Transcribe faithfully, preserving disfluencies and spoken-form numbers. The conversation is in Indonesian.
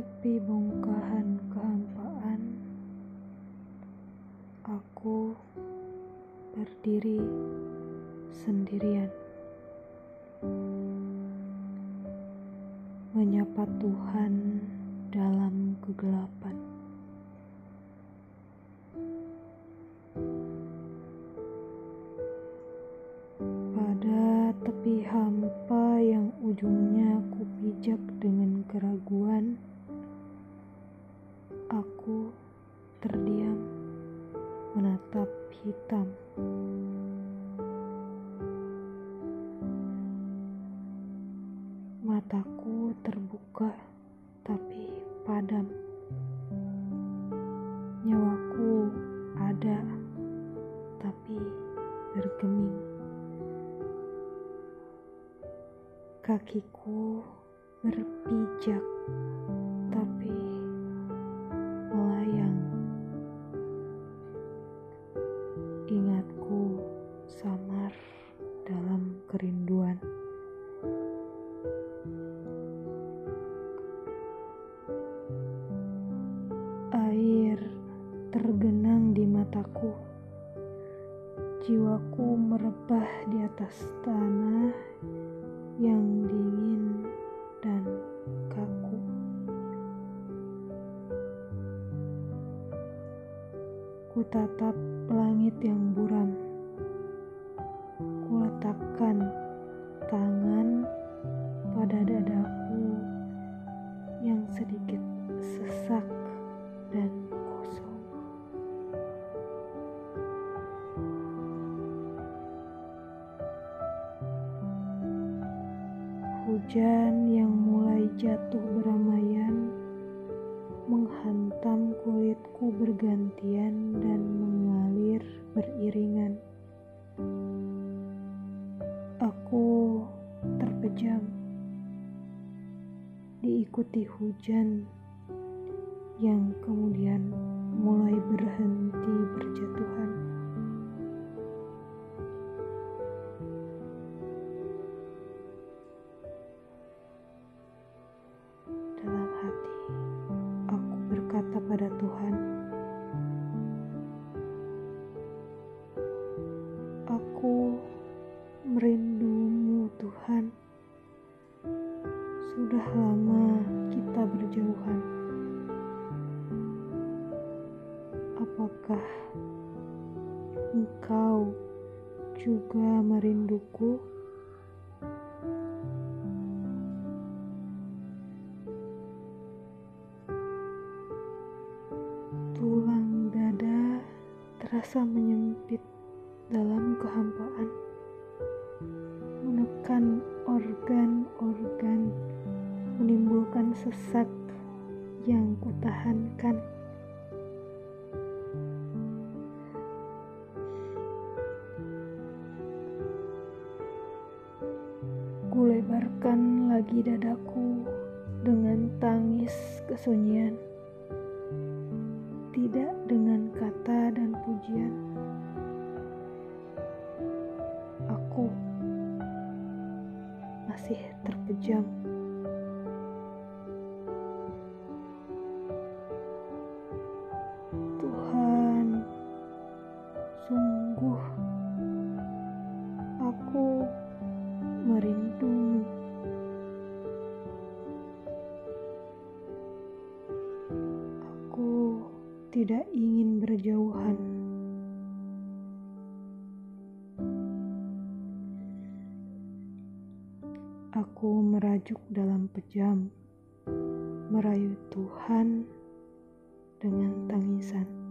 tepi bongkahan kehampaan, aku berdiri sendirian, menyapa Tuhan dalam kegelapan. Pada tepi hampa yang ujungnya ku pijak dengan keraguan, aku terdiam menatap hitam. Mataku terbuka tapi padam. Nyawaku ada tapi bergeming. Kakiku berpijak tapi melayang. Ingatku samar dalam kerinduan. Air tergenang di mataku. Jiwaku merebah di atas tanah yang dingin dan kaku. Ku tatap langit yang buram. Ku letakkan tangan pada dadaku yang sedikit sesak dan kosong. Hujan yang mulai jatuh beramaian menghantam kulitku bergantian dan mengalir beriringan. Aku terpejam, diikuti hujan yang kemudian mulai berhenti berjatuhan. Dalam hati, aku berkata pada Tuhan, aku merindumu Tuhan. Sudah lama kita berjauhan. Apakah Engkau juga merinduku? Tulang dada terasa menyempit dalam kehampaan, menekan organ-organ, menimbulkan sesak yang kutahankan. Kulebarkan lagi dadaku dengan tangis kesunyian, tidak dengan kata dan pujian. Aku masih terpejam. Tuhan, sungguh aku merindumu. Aku tidak ingin berjauhan. Aku merajuk dalam pejam, merayu Tuhan dengan tangisan.